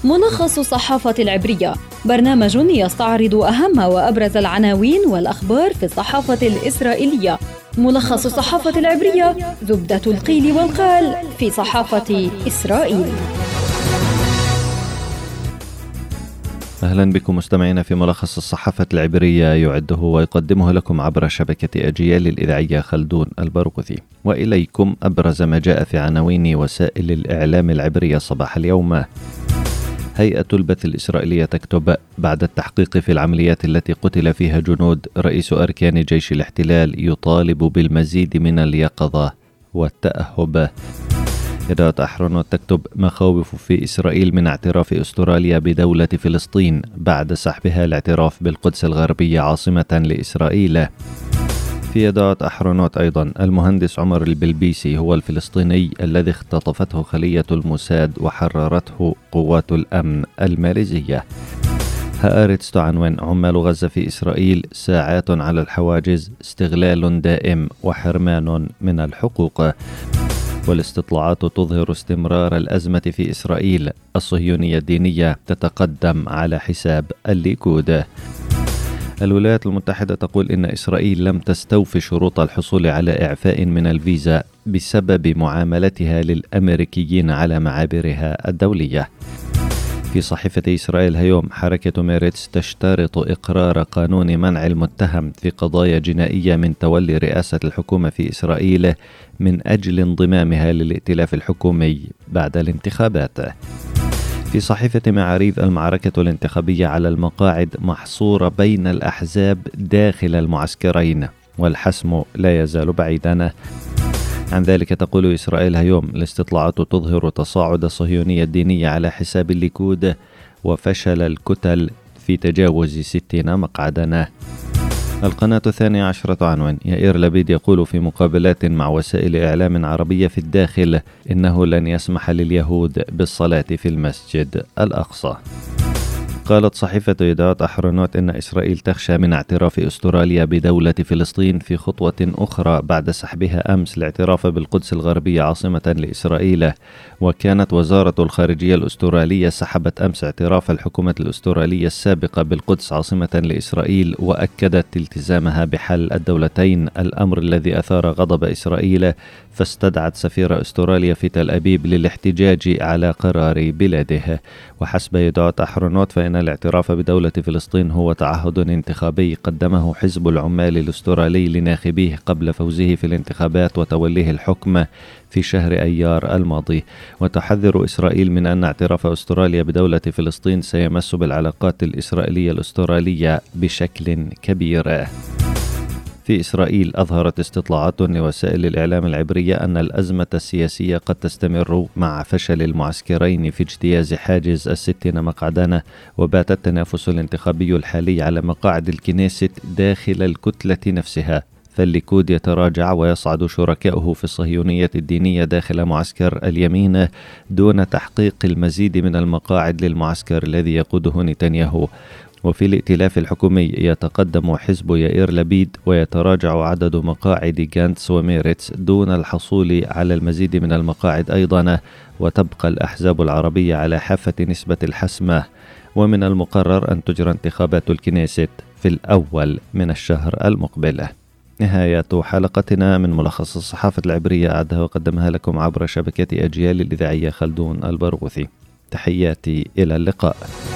ملخص الصحافة العبرية، برنامج يستعرض أهم وأبرز العناوين والأخبار في الصحافة الإسرائيلية. ملخص الصحافة العبرية، زبدة القيل والقال في صحافة إسرائيل. أهلا بكم مستمعين في ملخص الصحافة العبرية، يعده ويقدمه لكم عبر شبكة أجيال الإذاعية خلدون البرغوثي. وإليكم أبرز ما جاء في عناوين وسائل الإعلام العبرية صباح اليوم. هيئة البث الإسرائيلية تكتب: بعد التحقيق في العمليات التي قتل فيها جنود، رئيس أركان جيش الاحتلال يطالب بالمزيد من اليقظة والتأهب. يدعوت أحرنوت تكتب: مخاوف في إسرائيل من اعتراف أستراليا بدولة فلسطين بعد سحبها الاعتراف بالقدس الغربية عاصمة لإسرائيل. في يدعوت أحرنوت أيضا: المهندس عمر البلبيسي هو الفلسطيني الذي اختطفته خلية الموساد وحررته قوات الأمن الماليزية. هآرتس تعنون: عمال غزة في إسرائيل ساعات على الحواجز، استغلال دائم وحرمان من الحقوق. والاستطلاعات تظهر استمرار الأزمة في إسرائيل، الصهيونية الدينية تتقدم على حساب الليكود. الولايات المتحدة تقول إن إسرائيل لم تستوفي شروط الحصول على إعفاء من الفيزا بسبب معاملتها للأمريكيين على معابرها الدولية. في صحيفة إسرائيل هيوم، حركة ميرتس تشترط إقرار قانون منع المتهم في قضايا جنائية من تولي رئاسة الحكومة في إسرائيل من أجل انضمامها للائتلاف الحكومي بعد الانتخابات. في صحيفة معاريف، المعركة الانتخابية على المقاعد محصورة بين الأحزاب داخل المعسكرين، والحسم لا يزال بعيدا. عن ذلك تقول إسرائيل هيوم: الاستطلاعات تظهر تصاعد الصهيونية الدينية على حساب الليكود وفشل الكتل في تجاوز 60 مقعدا. القناة 12 عنوان: يائير لبيد يقول في مقابلات مع وسائل إعلام عربية في الداخل إنه لن يسمح لليهود بالصلاة في المسجد الأقصى. قالت صحيفة يدعوت أحرنوت إن إسرائيل تخشى من اعتراف أستراليا بدولة فلسطين في خطوة أخرى بعد سحبها أمس الاعتراف بالقدس الغربية عاصمة لإسرائيل. وكانت وزارة الخارجية الأسترالية سحبت أمس اعتراف الحكومة الأسترالية السابقة بالقدس عاصمة لإسرائيل، وأكدت التزامها بحل الدولتين، الأمر الذي أثار غضب إسرائيل، فاستدعت سفير أستراليا في تل أبيب للاحتجاج على قرار بلاده. وحسب يدعوت أحرنوت فإن الاعتراف بدولة فلسطين هو تعهد انتخابي قدمه حزب العمال الأسترالي لناخبيه قبل فوزه في الانتخابات وتوليه الحكم في شهر أيار الماضي. وتحذر إسرائيل من أن اعتراف أستراليا بدولة فلسطين سيمس بالعلاقات الإسرائيلية الأسترالية بشكل كبير. في إسرائيل أظهرت استطلاعات لوسائل الإعلام العبرية أن الأزمة السياسية قد تستمر مع فشل المعسكرين في اجتياز حاجز 60 مقعدا. وبات التنافس الانتخابي الحالي على مقاعد الكنيست داخل الكتلة نفسها، فالليكود يتراجع ويصعد شركائه في الصهيونية الدينية داخل معسكر اليمين دون تحقيق المزيد من المقاعد للمعسكر الذي يقوده نتنياهو. وفي الائتلاف الحكومي يتقدم حزب يائير لبيد ويتراجع عدد مقاعد غانتس وميرتس دون الحصول على المزيد من المقاعد أيضا، وتبقى الأحزاب العربية على حافة نسبة الحسمة. ومن المقرر أن تجرى انتخابات الكنيست في الأول من الشهر المقبل. نهاية حلقتنا من ملخص الصحافة العبرية، أعدها وقدمها لكم عبر شبكة أجيال الإذاعية خلدون البرغوثي. تحياتي، إلى اللقاء.